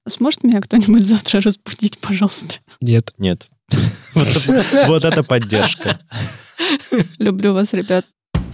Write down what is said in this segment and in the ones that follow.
Сможет меня кто-нибудь завтра разбудить, пожалуйста? Нет. Нет. Вот это поддержка. Люблю вас, ребят.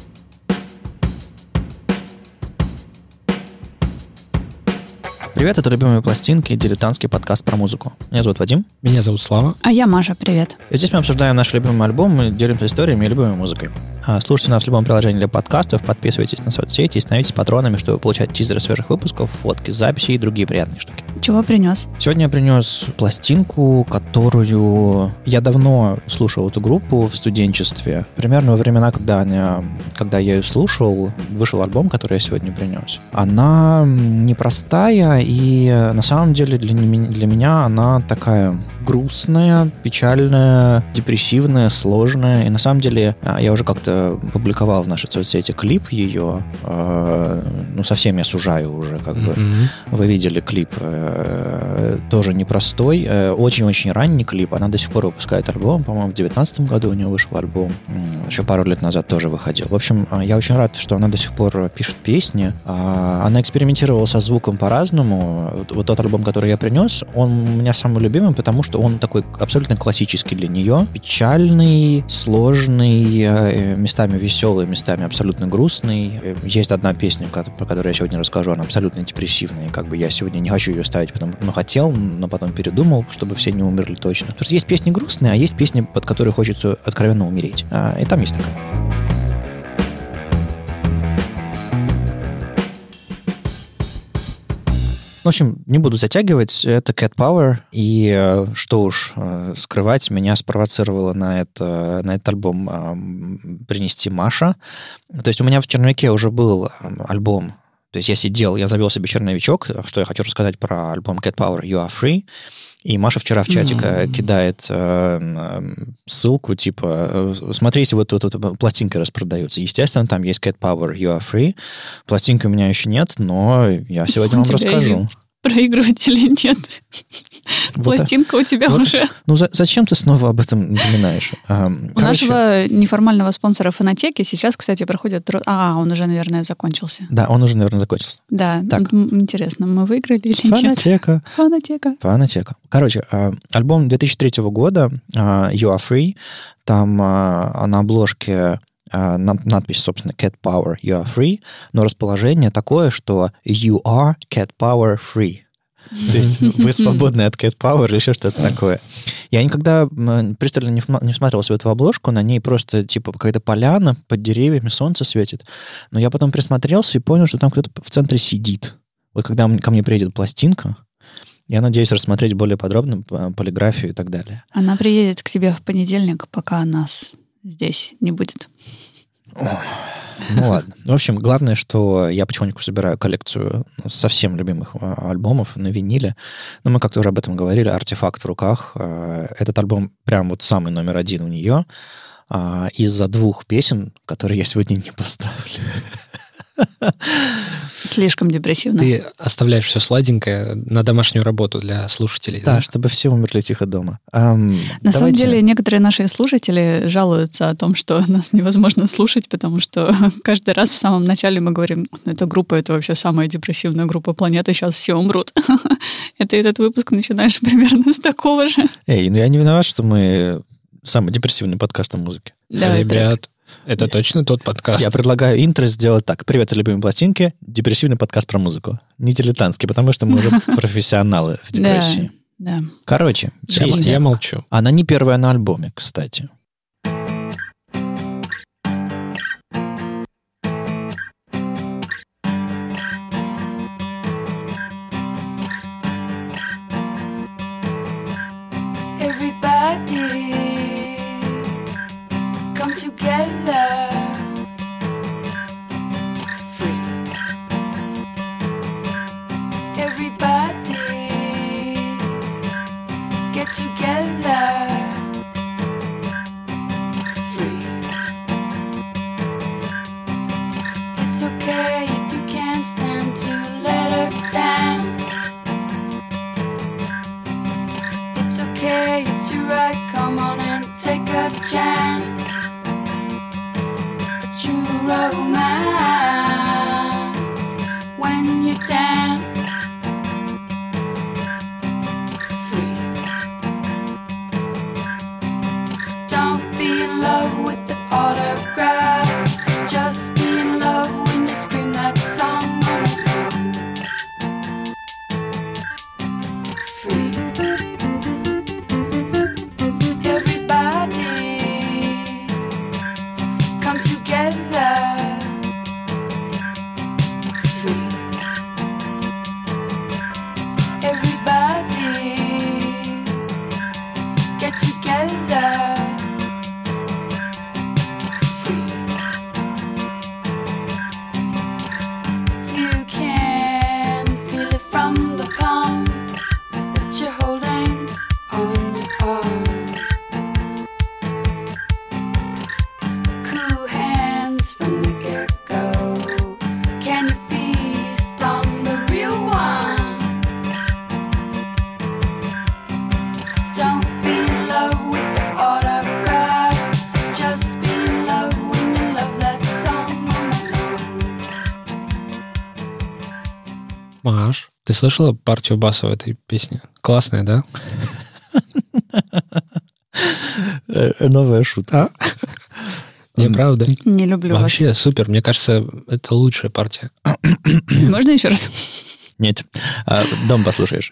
Привет, это «Любимые пластинки», дилетантский подкаст про музыку. Меня зовут Вадим. Меня зовут Слава. А я Маша, привет. И здесь мы обсуждаем наши любимые альбомы, делимся историями и любимой музыкой. Слушайте нас в любом приложении для подкастов, подписывайтесь на соцсети и становитесь патронами, чтобы получать тизеры свежих выпусков, фотки, записи и другие приятные штуки. Чего принес? Сегодня я принес пластинку, которую я давно слушал эту группу в студенчестве. Примерно во времена, когда я ее слушал, вышел альбом, который я сегодня принес. Она непростая, и на самом деле для меня она такая грустная, печальная, депрессивная, сложная. И на самом деле я уже как-то публиковал в нашей соцсети клип ее. Совсем я сужаю уже, как бы. Вы видели клип. Тоже непростой. Очень-очень ранний клип. Она до сих пор выпускает альбом. По-моему, в 2019 году у нее вышел альбом. Еще пару лет назад тоже выходил. В общем, я очень рад, что она до сих пор пишет песни. Она экспериментировала со звуком по-разному. Вот тот альбом, который я принес, он у меня самый любимый, потому что он такой абсолютно классический для нее. Печальный, сложный, местами веселый, местами абсолютно грустный. Есть одна песня, про которую я сегодня расскажу, она абсолютно депрессивная. И как бы я сегодня не хочу ее ставить, хотел, но потом передумал, чтобы все не умерли точно. Потому что есть песни грустные, а есть песни, под которые хочется откровенно умереть. И там есть такая. В общем, не буду затягивать, это Cat Power, и что уж скрывать, меня спровоцировало на этот альбом принести Маша. То есть у меня в черновике уже был альбом, то есть я завел себе черновичок, что я хочу рассказать про альбом Cat Power You Are Free, и Маша вчера в чатик кидает ссылку, типа, смотрите, вот тут пластинки распродаются. Естественно, там есть Cat Power You Are Free. Пластинки у меня еще нет, но я сегодня вам расскажу. Проигрывать или нет? Пластинка у тебя уже. Зачем ты снова об этом напоминаешь? У нашего неформального спонсора Фонотеки сейчас, кстати, проходит... он уже, наверное, закончился. Да, он уже, наверное, закончился. Да, так. Интересно, мы выиграли или нет? Фонотека. Короче, альбом 2003 года You Are Free, там на обложке надпись, собственно, Cat Power, You Are Free, но расположение такое, что You are Cat Power Free. То есть вы свободны от Cat Power или еще что-то такое. Я никогда пристально не всматривался в эту обложку, на ней просто типа какая-то поляна под деревьями, солнце светит. Но я потом присмотрелся и понял, что там кто-то в центре сидит. Вот когда ко мне приедет пластинка, я надеюсь рассмотреть более подробно полиграфию и так далее. Она приедет к тебе в понедельник, пока нас здесь не будет. Ну ладно. В общем, главное, что я потихоньку собираю коллекцию совсем любимых альбомов на виниле. Но мы как-то уже об этом говорили. «Артефакт» в руках. Этот альбом прям вот самый номер один у нее. Из-за двух песен, которые я сегодня не поставлю. Слишком депрессивно. Ты оставляешь все сладенькое на домашнюю работу для слушателей. Да, чтобы все умерли тихо дома. На самом деле, некоторые наши слушатели жалуются о том, что нас невозможно слушать, потому что каждый раз в самом начале мы говорим, эта группа, это вообще самая депрессивная группа планеты, сейчас все умрут. И ты этот выпуск начинаешь примерно с такого же. Я не виноват, что мы самый депрессивный подкаст о музыке. Да, ребят. Это точно тот подкаст. Я предлагаю интро сделать так. Привет, любимые пластинки. Депрессивный подкаст про музыку. Не дилетантский, потому что мы уже профессионалы в депрессии. Да. Короче, я молчу. Она не первая на альбоме, кстати. Ты слышала партию баса в этой песне? Классная, да? Новая шутка. Неправда? Не люблю вас. Вообще супер. Мне кажется, это лучшая партия. Можно еще раз? Нет. Дом послушаешь.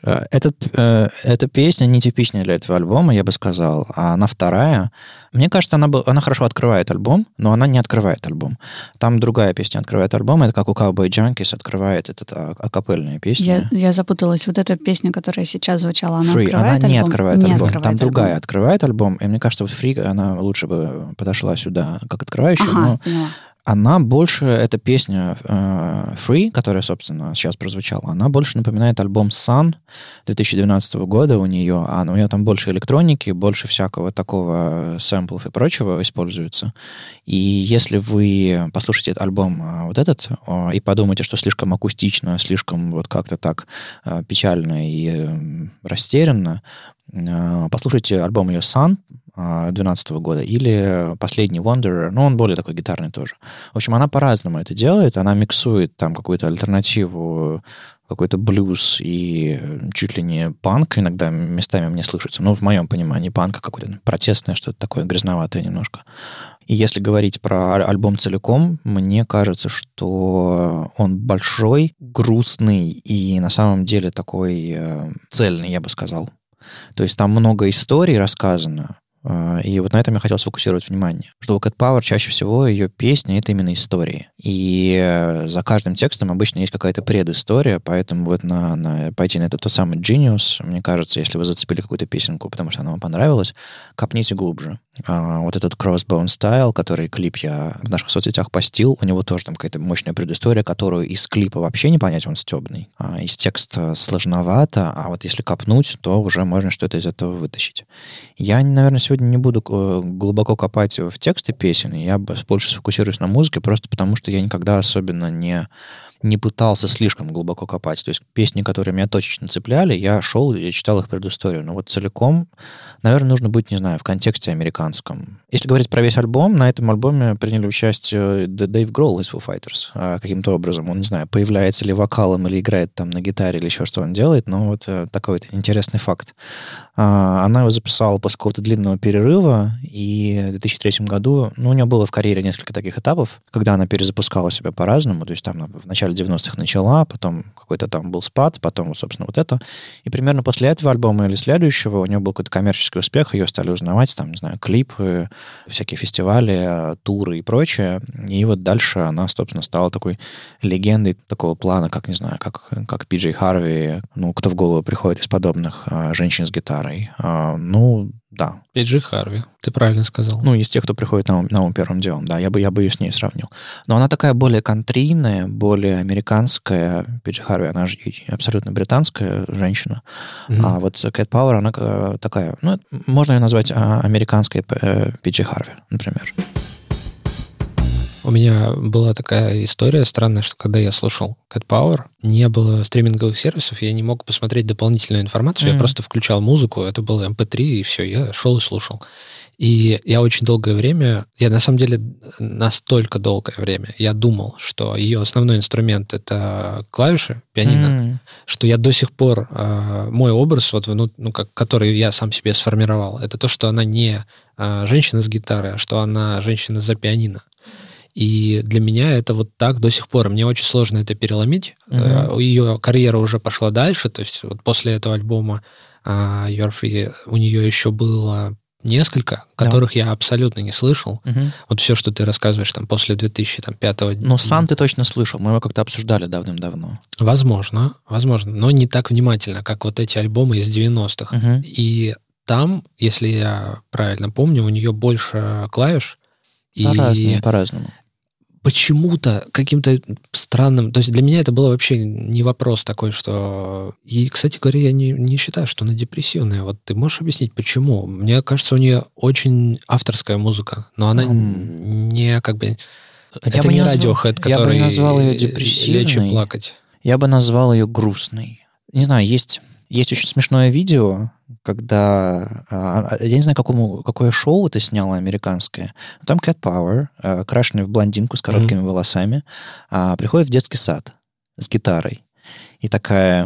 Эта песня нетипичная для этого альбома, я бы сказал. А она вторая. Мне кажется, она хорошо открывает альбом, но она не открывает альбом. Там другая песня открывает альбом. Это как у Cowboy Junkies открывает акапельная песня. Я запуталась. Вот эта песня, которая сейчас звучала, она Free, открывает альбом? Она не открывает альбом. Открывает Там альбом. другая открывает альбом. И мне кажется, вот Free, она лучше бы подошла сюда как открывающая. Ага, поняла. Она больше, эта песня Free, которая, собственно, сейчас прозвучала, она больше напоминает альбом Sun 2012 года у нее. У нее там больше электроники, больше всякого такого сэмплов и прочего используется. И если вы послушаете этот альбом вот этот и подумаете, что слишком акустично, слишком вот как-то так печально и растерянно, послушайте альбом ее Sun 2012 года или последний Wanderer, он более такой гитарный тоже. В общем, она по-разному это делает, она миксует там какую-то альтернативу, какой-то блюз и чуть ли не панк иногда местами мне слышится, в моем понимании панка какое-то протестное, что-то такое грязноватое немножко. И если говорить про альбом целиком, мне кажется, что он большой, грустный и на самом деле такой цельный, я бы сказал. То есть там много историй рассказано, и вот на этом я хотел сфокусировать внимание. Что у Cat Power чаще всего ее песни — это именно истории. И за каждым текстом обычно есть какая-то предыстория, поэтому вот пойти на этот тот самый Genius, мне кажется, если вы зацепили какую-то песенку, потому что она вам понравилась, копните глубже. Вот этот Crossbone Style, который клип я в наших соцсетях постил, у него тоже там какая-то мощная предыстория, которую из клипа вообще не понять, он стебный. Из текста сложновато, а вот если копнуть, то уже можно что-то из этого вытащить. Я, наверное, сегодня не буду глубоко копать в тексты песен, я больше сфокусируюсь на музыке, просто потому что я никогда особенно не пытался слишком глубоко копать. То есть песни, которые меня точечно цепляли, я шел и читал их предысторию. Но вот целиком, наверное, нужно быть, не знаю, в контексте американском. Если говорить про весь альбом, на этом альбоме приняли участие Дэйв Гролл из Foo Fighters каким-то образом. Он, не знаю, появляется ли вокалом или играет там на гитаре или еще что он делает, но вот такой вот интересный факт. Она его записала после какого-то длинного перерыва, и в 2003 году, у нее было в карьере несколько таких этапов, когда она перезапускала себя по-разному, то есть там в начале 90-х начала, потом какой-то там был спад, потом, собственно, вот это. И примерно после этого альбома или следующего у нее был какой-то коммерческий успех, ее стали узнавать, там, не знаю, клипы, всякие фестивали, туры и прочее. И вот дальше она, собственно, стала такой легендой такого плана, как, не знаю, как Пиджей Харви, кто в голову приходит из подобных женщин с гитарой. Да. Пиджей Харви, ты правильно сказал. Из тех, кто приходит на ум первым делом, да, я бы ее с ней сравнил. Но она такая более кантрийная, более американская. Пиджей Харви, она же абсолютно британская женщина. Mm-hmm. А вот Cat Power, она такая, можно ее назвать американской Пиджей Харви, например. У меня была такая история странная, что когда я слушал Cat Power, не было стриминговых сервисов, я не мог посмотреть дополнительную информацию, я просто включал музыку, это был MP3, и все, я шел и слушал. И я очень долгое время, на самом деле настолько долгое время, я думал, что ее основной инструмент — это клавиши, пианино, что я до сих пор, мой образ, который я сам себе сформировал, это то, что она не женщина с гитарой, а что она женщина за пианино. И для меня это вот так до сих пор. Мне очень сложно это переломить. Ее карьера уже пошла дальше. То есть вот после этого альбома You're Free у нее еще было несколько, которых я абсолютно не слышал. Вот все, что ты рассказываешь там после 2005 года. Но сам ты точно слышал. Мы его как-то обсуждали давным-давно. Возможно, но не так внимательно, как вот эти альбомы из 90-х. И там, если я правильно помню, у нее больше клавиш. По-разному. Почему-то каким-то странным... То есть для меня это было вообще не вопрос такой, что... И, кстати говоря, я не считаю, что она депрессивная. Вот ты можешь объяснить, почему? Мне кажется, у нее очень авторская музыка, но она не как бы... Это не Radiohead, который я бы назвал ее депрессивной. Лечит плакать. Я бы назвал ее грустной. Не знаю, есть очень смешное видео, когда... Я не знаю, какое шоу ты сняла американское. Там Cat Power, крашеный в блондинку с короткими волосами, приходит в детский сад с гитарой. И такая...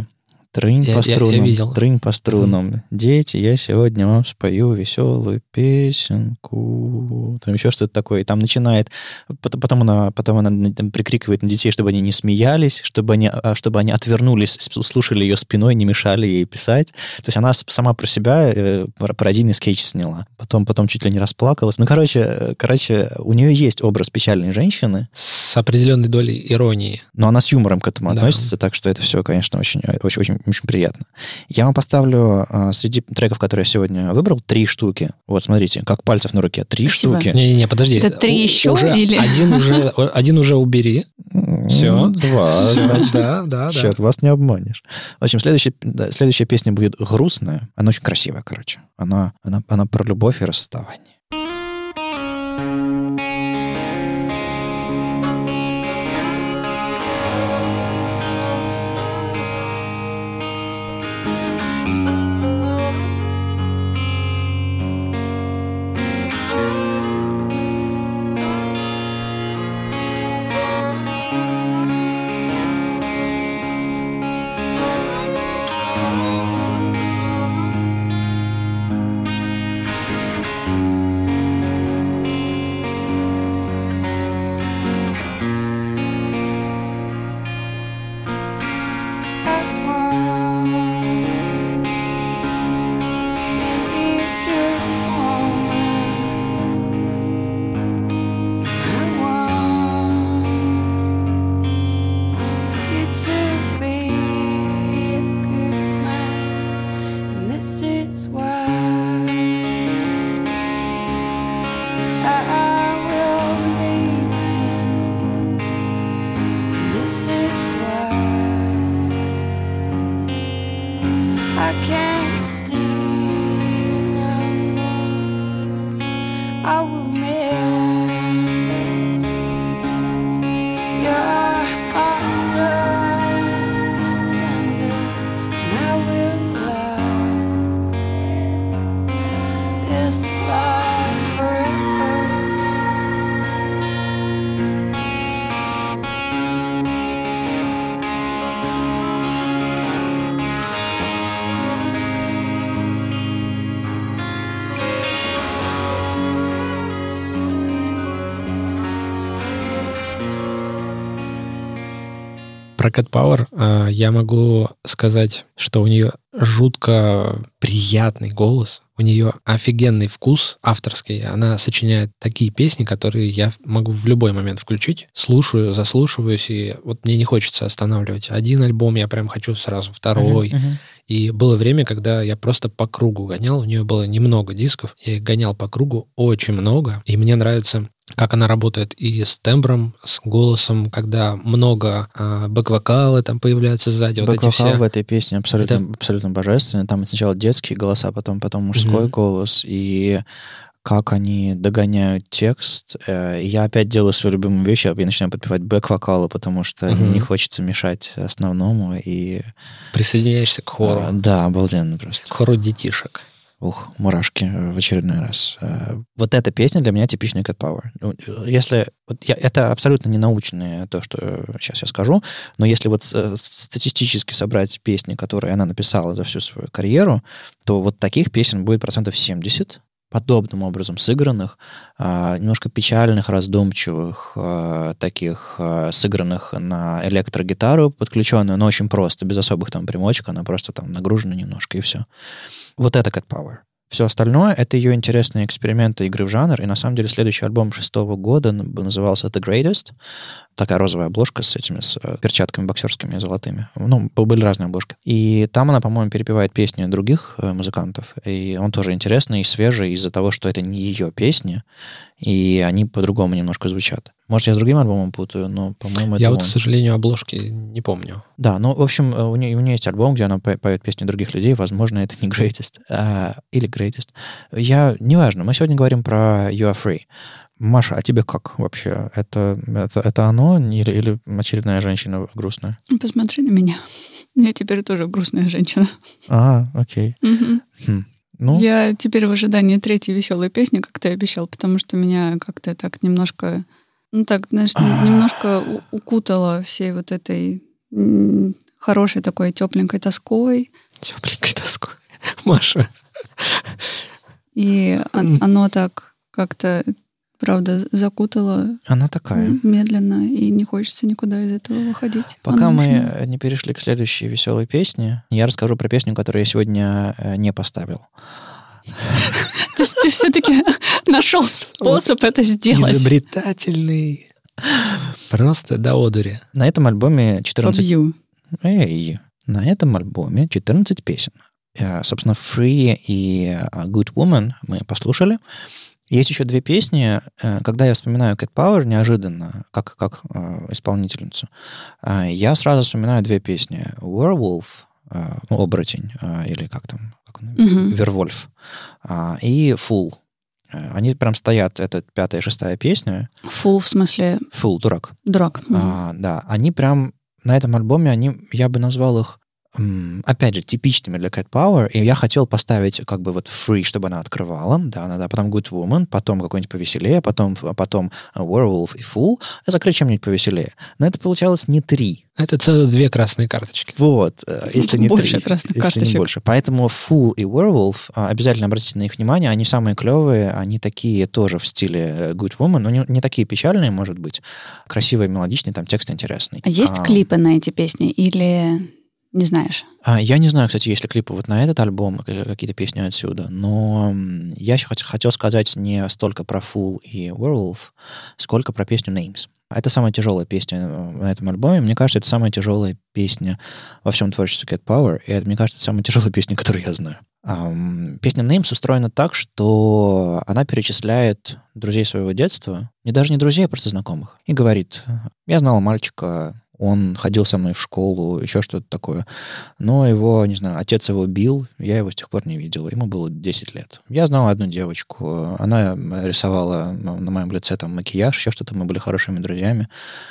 Трынь по струнам, я видел. трынь по струнам. Дети, я сегодня вам спою веселую песенку. Там еще что-то такое. И там начинает... Потом она прикрикивает на детей, чтобы они не смеялись, чтобы они отвернулись, слушали ее спиной, не мешали ей писать. То есть она сама про себя пародийный скетч сняла. Потом чуть ли не расплакалась. Ну, короче, у нее есть образ печальной женщины. С определенной долей иронии. Но она с юмором к этому относится, так что это все, конечно, очень приятно. Я вам поставлю среди треков, которые я сегодня выбрал, 3 штуки. Вот, смотрите, как пальцев на руке. 3 штуки. Не, подожди. Это 3 еще или... Один уже убери. Все. 2, значит. Да. Черт, вас не обманешь. В общем, следующая песня будет грустная. Она очень красивая, короче. Она про любовь и расставание. Про Cat Power я могу сказать, что у нее жутко приятный голос, у нее офигенный вкус авторский. Она сочиняет такие песни, которые я могу в любой момент включить. Слушаю, заслушиваюсь, и вот мне не хочется останавливать. Один альбом я прям хочу сразу, второй. И было время, когда я просто по кругу гонял. У нее было немного дисков. Я их гонял по кругу очень много. И мне нравится, как она работает и с тембром, с голосом, когда много бэк-вокалы там появляются сзади. Бэк-вокал в этой песне абсолютно божественный. Там сначала детские голоса, потом мужской голос. И как они догоняют текст. Я опять делаю свою любимую вещь, я начинаю подпевать бэк-вокалы, потому что не хочется мешать основному. И присоединяешься к хору. Да, обалденно просто. К хору детишек. Ух, мурашки в очередной раз. Вот эта песня для меня типичный Cat Power. Если это абсолютно не научное то, что сейчас я скажу, но если вот статистически собрать песни, которые она написала за всю свою карьеру, то вот таких песен будет 70%. Подобным образом сыгранных, немножко печальных, раздумчивых, таких сыгранных на электрогитару подключенную, но очень просто, без особых там примочек, она просто там нагружена немножко, и все. Вот это Cat Power. Все остальное — это ее интересные эксперименты игры в жанр, и на самом деле следующий альбом 6-го года назывался The Greatest. Такая розовая обложка с перчатками боксерскими золотыми. Ну, были разные обложки. И там она, по-моему, перепевает песни других музыкантов, и он тоже интересный и свежий из-за того, что это не ее песни, и они по-другому немножко звучат. Может, я с другим альбомом путаю, но, по-моему, это Я он. вот, к сожалению, обложки не помню. Да, ну, в общем, у нее есть альбом, где она поет песни других людей. Возможно, это не Greatest, или Greatest. Неважно, мы сегодня говорим про You Are Free. Маша, а тебе как вообще? Это оно или очередная женщина грустная? Посмотри на меня. Я теперь тоже грустная женщина. Окей. Ну? Я теперь в ожидании 3-й веселой песни, как ты обещал, потому что меня как-то так немножко, немножко укутало всей вот этой хорошей такой тепленькой тоской. Тепленькой тоской. Маша. И оно так как-то, правда, закутало. Она такая. Медленно, и не хочется никуда из этого выходить. Пока мы не перешли к следующей веселой песне, я расскажу про песню, которую я сегодня не поставил. То есть ты все-таки нашел способ это сделать. Изобретательный. Просто до одури. На этом альбоме 14... Побью. На этом альбоме 14 песен. Собственно, Free и Good Woman мы послушали. Есть еще две песни. Когда я вспоминаю Cat Power неожиданно, как исполнительницу, я сразу вспоминаю две песни. Werewolf, оборотень, или как там, Вервольф, и Fool. Они прям стоят, это 5-я и 6-я песня. Fool в смысле? Fool, дурак. Дурак. Да, они прям на этом альбоме, я бы назвал их, опять же, типичными для Cat Power, и я хотел поставить как бы вот Free, чтобы она открывала, да, потом Good Woman, потом какой-нибудь повеселее, потом Werewolf и Fool, а закрыть чем-нибудь повеселее. Но это получалось не 3. Это целых 2 красные карточки. Вот, если не 3. Больше красных карточек. Если не больше. Поэтому Fool и Werewolf, обязательно обратите на их внимание, они самые клевые, они такие тоже в стиле Good Woman, но не такие печальные, может быть, красивые, мелодичные, там текст интересный. А есть клипы на эти песни или... Не знаешь? Я не знаю, кстати, есть ли клипы вот на этот альбом, какие-то песни отсюда, но я еще хотел сказать не столько про Fool и Werewolf, сколько про песню Names. Это самая тяжелая песня на этом альбоме. Мне кажется, это самая тяжелая песня во всем творчестве Cat Power, и это, мне кажется, это самая тяжелая песня, которую я знаю. Песня Names устроена так, что она перечисляет друзей своего детства, даже не друзей, а просто знакомых, и говорит: я знала мальчика, он ходил со мной в школу, еще что-то такое. Но его, не знаю, отец его бил, я его с тех пор не видела. Ему было 10 лет. Я знала одну девочку, она рисовала на моем лице там макияж, еще что-то, мы были хорошими друзьями.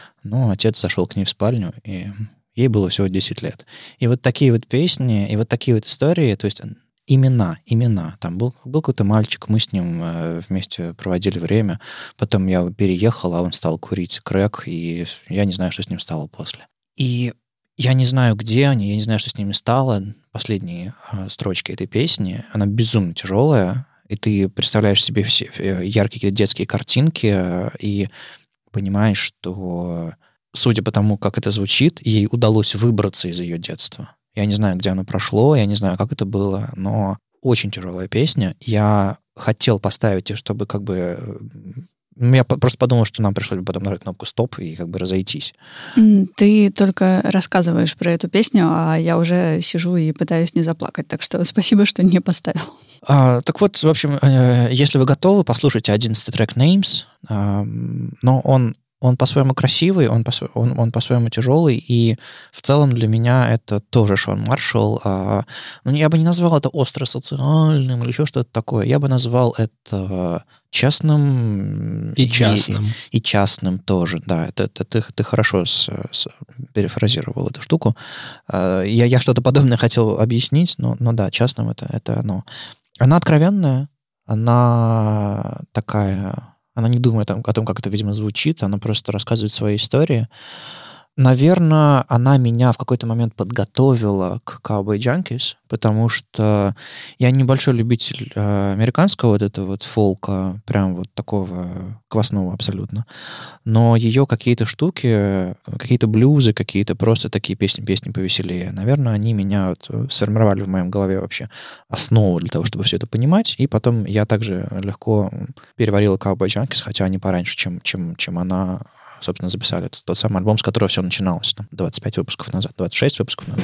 Но отец зашел к ней в спальню, и ей было всего 10 лет. И вот такие вот песни, и вот такие вот истории, то есть... Имена. Там был какой-то мальчик, мы с ним вместе проводили время. Потом я переехал, а он стал курить крэк, и я не знаю, что с ним стало после. И я не знаю, где они, я не знаю, что с ними стало. Последние строчки этой песни, она безумно тяжелая, и ты представляешь себе все яркие какие-то детские картинки, и понимаешь, что, судя по тому, как это звучит, ей удалось выбраться из ее детства. Я не знаю, где оно прошло, я не знаю, как это было, но очень тяжелая песня. Я хотел поставить ее, чтобы как бы... Я просто подумал, что нам пришлось бы потом нажать кнопку «Стоп» и как бы разойтись. Ты только рассказываешь про эту песню, а я уже сижу и пытаюсь не заплакать. Так что спасибо, что не поставил. Так вот, в общем, если вы готовы, послушайте 11-й трек «Names», но он по-своему красивый, он по-своему тяжелый, и в целом для меня это тоже Шон Маршалл. Я бы не назвал это остро-социальным или еще что-то такое. Я бы назвал это честным. И частным. И частным тоже, да. Это ты хорошо перефразировал эту штуку. Я что-то подобное хотел объяснить, но да, частным это оно. Она откровенная, она такая... Она не думает о том, как это, видимо, звучит, она просто рассказывает свои истории. Наверное, она меня в какой-то момент подготовила к Cowboy Junkies, потому что я небольшой любитель американского вот этого вот фолка, прям вот такого квасного абсолютно. Но ее какие-то штуки, какие-то блюзы, какие-то просто такие песни повеселее, наверное, они меня вот сформировали в моем голове вообще основу для того, чтобы все это понимать. И потом я также легко переварила Cowboy Junkies, хотя они пораньше, чем она... Собственно, записали тот самый альбом, с которого все начиналось. 25 выпусков назад, 26 выпусков назад.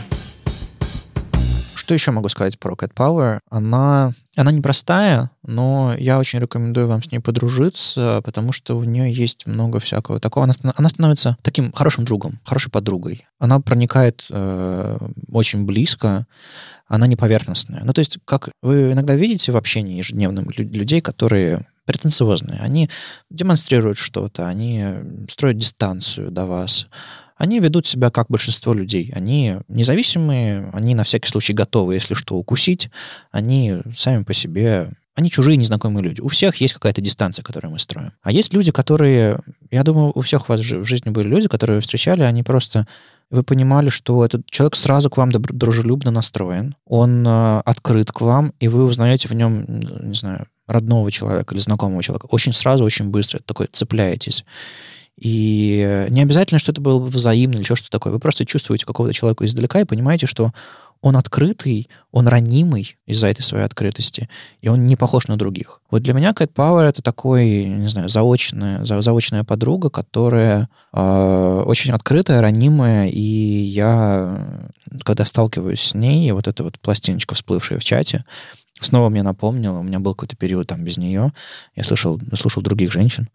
Что еще могу сказать про Cat Power? Она непростая, но я очень рекомендую вам с ней подружиться, потому что у нее есть много всякого такого. Она становится таким хорошим другом, хорошей подругой. Она проникает очень близко, она не поверхностная. Ну, то есть, как вы иногда видите в общении ежедневном людей, которые претенциозные, они демонстрируют что-то, они строят дистанцию до вас. Они ведут себя как большинство людей. Они независимые, они на всякий случай готовы, если что, укусить. Они сами по себе... Они чужие, незнакомые люди. У всех есть какая-то дистанция, которую мы строим. А есть люди, которые... Я думаю, у всех у вас в жизни были люди, которые встречали, они просто вы понимали, что этот человек сразу к вам дружелюбно настроен, он открыт к вам, и вы узнаете в нем, не знаю, родного человека или знакомого человека. Очень сразу, очень быстро такой цепляетесь. И не обязательно, что это было взаимно или что-то такое. Вы просто чувствуете какого-то человека издалека и понимаете, что он открытый, он ранимый из-за этой своей открытости, и он не похож на других. Вот для меня Cat Power — это такой, не знаю, заочная подруга, которая очень открытая, ранимая, и я, когда сталкиваюсь с ней, вот эта вот пластиночка, всплывшая в чате, снова мне напомнила, у меня был какой-то период там без нее, я слушал других женщин,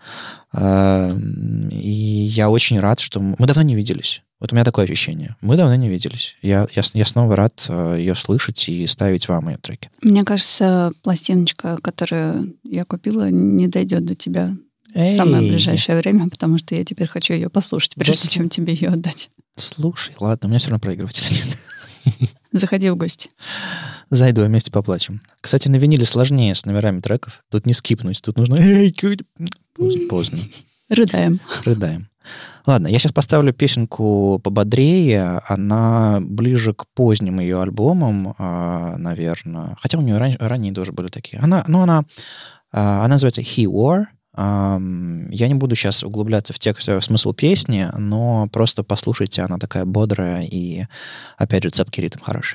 и я очень рад, что мы давно не виделись. Вот у меня такое ощущение. Мы давно не виделись. Я снова рад ее слышать и ставить вам ее треки. Мне кажется, пластиночка, которую я купила, не дойдет до тебя в самое ближайшее время, потому что я теперь хочу ее послушать, прежде чем тебе ее отдать. Слушай, ладно, у меня все равно проигрывателя нет. Заходи в гости. Зайду, вместе поплачем. Кстати, на виниле сложнее с номерами треков. Тут не скипнуть, тут нужно... Поздно. Рыдаем. Ладно, я сейчас поставлю песенку пободрее. Она ближе к поздним ее альбомам, наверное. Хотя у нее ранее тоже были такие. Она называется «He War». Я не буду сейчас углубляться в текст, в смысл песни, но просто послушайте, она такая бодрая и, опять же, цепкий ритм хороший.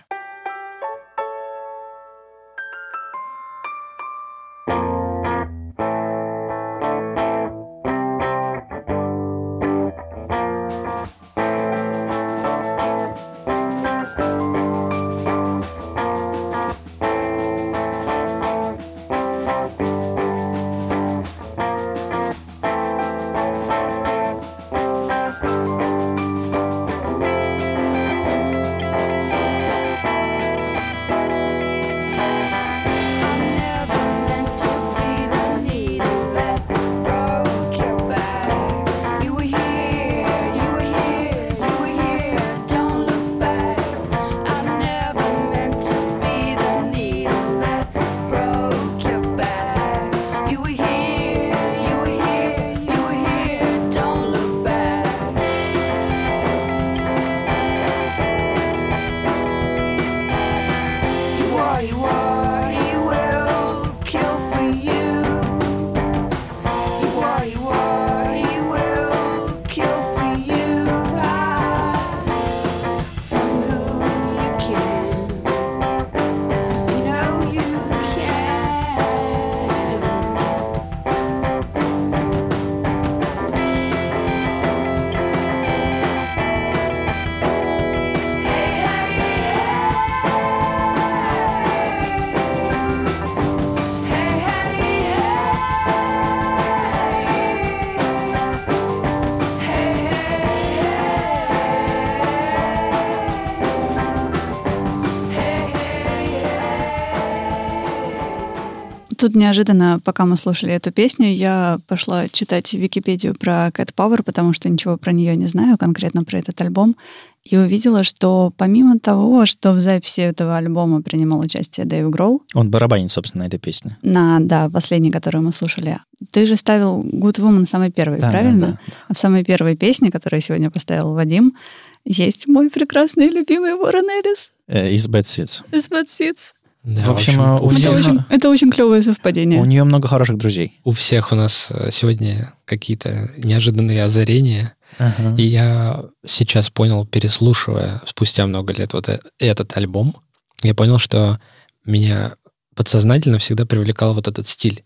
Тут неожиданно, пока мы слушали эту песню, я пошла читать Википедию про Cat Power, потому что ничего про нее не знаю, конкретно про этот альбом, и увидела, что помимо того, что в записи этого альбома принимал участие Дэйв Гролл... Он барабанит, собственно, на этой песне. Да, последней, которую мы слушали. Ты же ставил Good Woman самой первой, да, правильно? Да. А в самой первой песне, которую сегодня поставил Вадим, есть мой прекрасный любимый Уоррен Эллис. Из Bad Seeds. Из Bad Seeds. Да, в общем, это очень клевое совпадение. У нее много хороших друзей. У всех у нас сегодня какие-то неожиданные озарения. И я сейчас понял, переслушивая спустя много лет вот этот альбом, я понял, что меня подсознательно всегда привлекал вот этот стиль.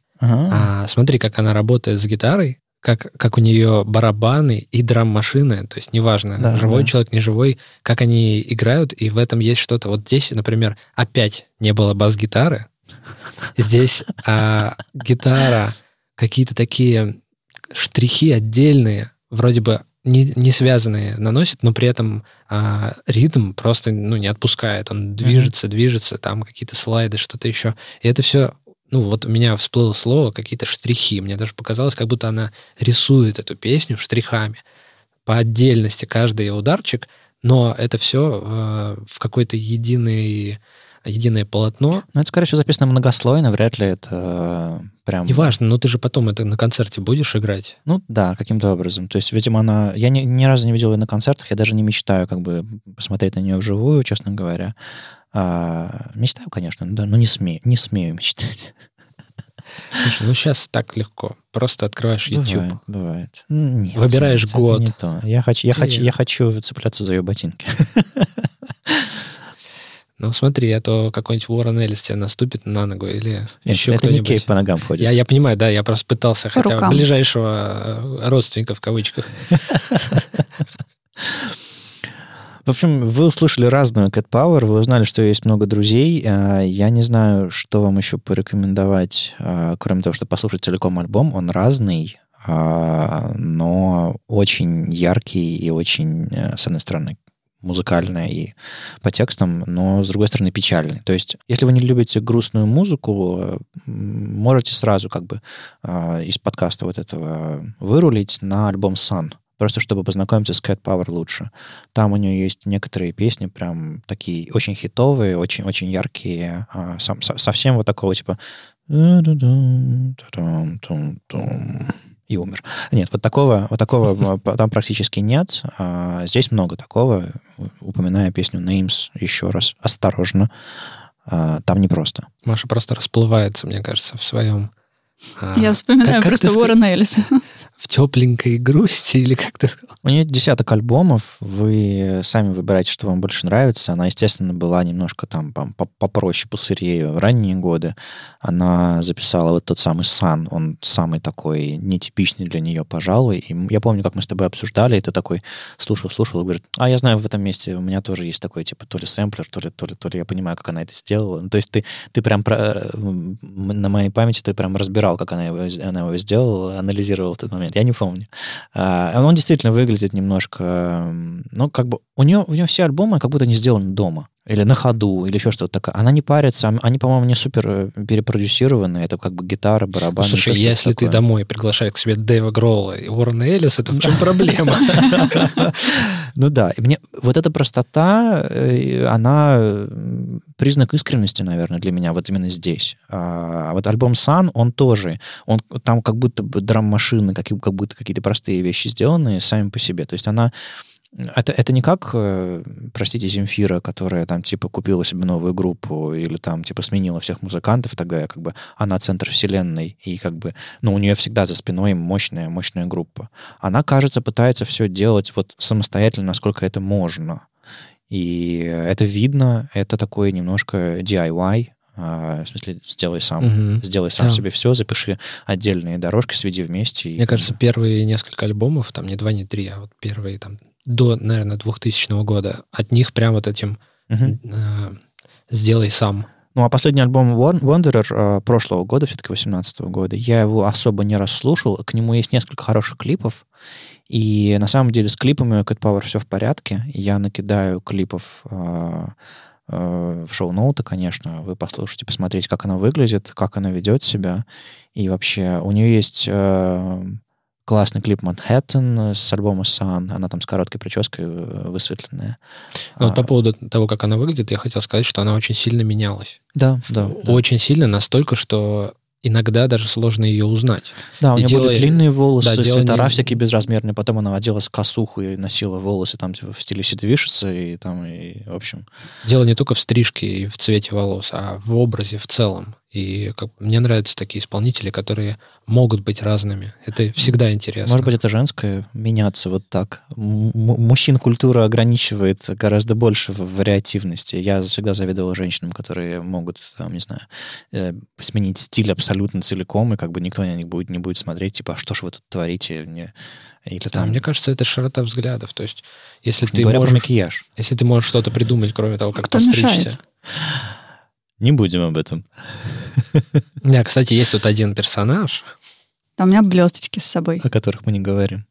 А смотри, как она работает с гитарой, как у нее барабаны и драм-машины, то есть неважно, живой человек, не живой, как они играют, и в этом есть что-то. Вот здесь, например, опять не было бас-гитары, здесь гитара, какие-то такие штрихи отдельные, вроде бы не связанные наносит, но при этом ритм просто не отпускает, он движется, там какие-то слайды, что-то еще, и это все... вот у меня всплыло слово, какие-то штрихи. Мне даже показалось, как будто она рисует эту песню штрихами. По отдельности каждый ударчик, но это все в какой-то единый единое полотно. Ну, это, скорее всего, записано многослойно, вряд ли это прям... Неважно, но ты же потом это на концерте будешь играть. Ну, да, каким-то образом. То есть, видимо, она... Я ни разу не видел ее на концертах, я даже не мечтаю как бы посмотреть на нее вживую, честно говоря. Мечтаю, конечно, да, но не смею мечтать. Слушай, ну сейчас так легко. Просто открываешь YouTube. Бывает. Нет, выбираешь год. Это не то. Я хочу цепляться за ее ботинки. Ну, смотри, а то какой-нибудь Уоррен Эллис тебе наступит на ногу или еще это кто-нибудь. Это не Кейп по ногам ходит. Я понимаю, да, я просто пытался по хотя рукам. бы ближайшего родственника в кавычках. В общем, вы услышали разную Cat Power, вы узнали, что есть много друзей. Я не знаю, что вам еще порекомендовать, кроме того, что послушать целиком альбом. Он разный, но очень яркий и очень, с одной стороны, музыкальная и по текстам, но, с другой стороны, печальный. То есть, если вы не любите грустную музыку, можете сразу как бы из подкаста вот этого вырулить на альбом Sun, просто чтобы познакомиться с Cat Power лучше. Там у нее есть некоторые песни прям такие очень хитовые, очень яркие, совсем вот такого типа и умер. Нет, вот такого там практически нет. Здесь много такого. Упоминая песню Names еще раз, осторожно. Там непросто. Маша просто расплывается, мне кажется, в своем... Я вспоминаю просто Уоррена Эллиса. В тепленькой грусти, или как ты сказал? У нее 10 альбомов, вы сами выбираете, что вам больше нравится. Она, естественно, была немножко там попроще, посырее в ранние годы. Она записала вот тот самый Sun, он самый такой нетипичный для нее, пожалуй. И я помню, как мы с тобой обсуждали, и ты такой слушал, и говорит, я знаю, в этом месте у меня тоже есть такой, типа, то ли сэмплер, то ли я понимаю, как она это сделала. То есть ты прям на моей памяти ты прям разбирал, как она его сделала, анализировал в тот момент. Я не помню. Он действительно выглядит немножко... Ну, как бы у нее все альбомы как будто не сделаны дома. Или на ходу, или еще что-то такое. Она не парится. Они, по-моему, не супер перепродюсированы. Это как бы гитара, барабаны. Слушай, если ты домой приглашаешь к себе Дэйва Гролла и Уоррена Эллиса, это в чем проблема? Ну да. И мне вот эта простота, она признак искренности, наверное, для меня вот именно здесь. А вот альбом Sun, он тоже, там как будто бы драм-машины, как будто какие-то простые вещи сделаны сами по себе. То есть она... Это не как, простите, Земфира, которая там типа купила себе новую группу или там типа сменила всех музыкантов, тогда как бы она центр вселенной, и как бы, у нее всегда за спиной мощная группа. Она, кажется, пытается все делать вот самостоятельно, насколько это можно. И это видно, это такой немножко DIY, в смысле, сделай сам себе все, запиши отдельные дорожки, сведи вместе. Мне кажется, первые несколько альбомов, там не 2, не 3, а вот первые там до, наверное, 2000 года, от них прям вот этим «сделай сам». Ну, а последний альбом Wanderer прошлого года, все-таки 2018 года, я его особо не раз слушал, к нему есть несколько хороших клипов, и на самом деле с клипами у Cat Power все в порядке. Я накидаю клипов в шоу-ноуты, конечно, вы послушайте, посмотрите, как она выглядит, как она ведет себя, и вообще у нее есть... классный клип «Манхэттен» с альбома «Sun». Она там с короткой прической высветленная. Вот по поводу того, как она выглядит, я хотел сказать, что она очень сильно менялась. Да. Очень сильно, настолько, что иногда даже сложно ее узнать. Да, у нее были длинные волосы, свитера всякие безразмерные. Потом она оделась в косуху и носила волосы там типа в стиле Сид Вишеса. И в общем... Дело не только в стрижке и в цвете волос, а в образе в целом. И мне нравятся такие исполнители, которые могут быть разными. Это всегда интересно. Может быть, это женское, меняться вот так. Мужчин культура ограничивает гораздо больше в вариативности. Я всегда завидовал женщинам, которые могут, там, не знаю, сменить стиль абсолютно целиком, и как бы никто на них не будет смотреть, типа, а что ж вы тут творите? Или там... Мне кажется, это широта взглядов. То есть, если ты говоря можешь... про макияж. Если ты можешь что-то придумать, кроме того, как постричься... Не будем об этом. У меня, кстати, есть тут один персонаж. Там у меня блесточки с собой. О которых мы не говорим.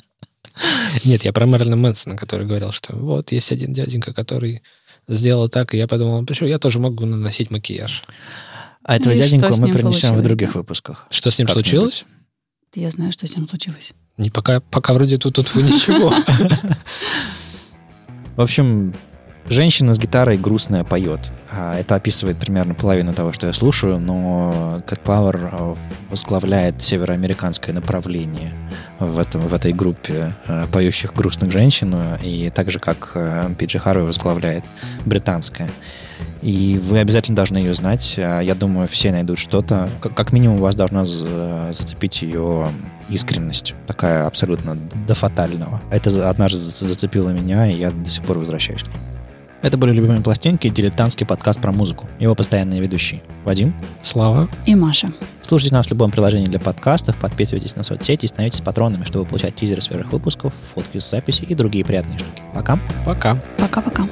Нет, я про Мэрилина Мэнсона, который говорил, что вот есть один дяденька, который сделал так, и я подумал, почему я тоже могу наносить макияж. А этого дяденьку мы принесем в других выпусках. Что с ним случилось? Я знаю, что с ним случилось. Пока вроде тут ничего. В общем, Женщина с гитарой грустная поет. Это описывает примерно половину того, что я слушаю, но Cat Power возглавляет североамериканское направление в этой группе поющих грустных женщин, и так же, как Пиджи Харви возглавляет британское. И вы обязательно должны ее знать. Я думаю, все найдут что-то. Как минимум, вас должна зацепить ее искренность. Такая абсолютно до фатального. Это однажды зацепило меня, и я до сих пор возвращаюсь к ней. Это были «Любимые пластинки», дилетантский подкаст про музыку. Его постоянные ведущие Вадим, Слава и Маша. Слушайте нас в любом приложении для подкастов, подписывайтесь на соцсети и становитесь патронами, чтобы получать тизеры свежих выпусков, фотки с записи и другие приятные штуки. Пока. Пока. Пока-пока.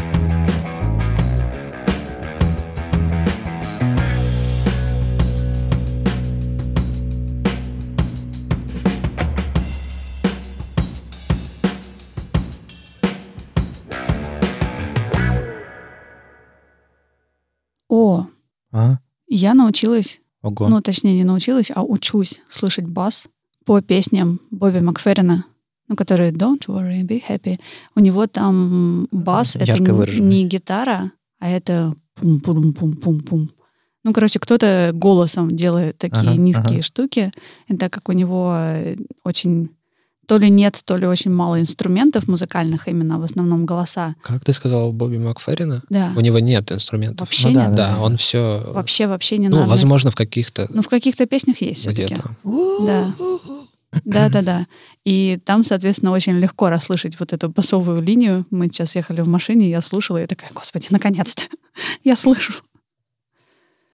Я научилась, Ого. Точнее, не научилась, а учусь слышать бас по песням Бобби Макферрина, которые «Don't worry, be happy». У него там бас — это не гитара, а это пум-пум-пум-пум-пум. Кто-то голосом делает такие низкие штуки. И так как у него очень... То ли нет, то ли очень мало инструментов музыкальных, именно в основном голоса. Как ты сказала, у Бобби Макферрина? Да. У него нет инструментов. Вообще нет? Да, он все... Вообще не надо. Возможно, в каких-то... В каких-то песнях есть все-таки. Где-то. Да. И там, соответственно, очень легко расслышать вот эту басовую линию. Мы сейчас ехали в машине, я слушала, и такая: господи, наконец-то я слышу.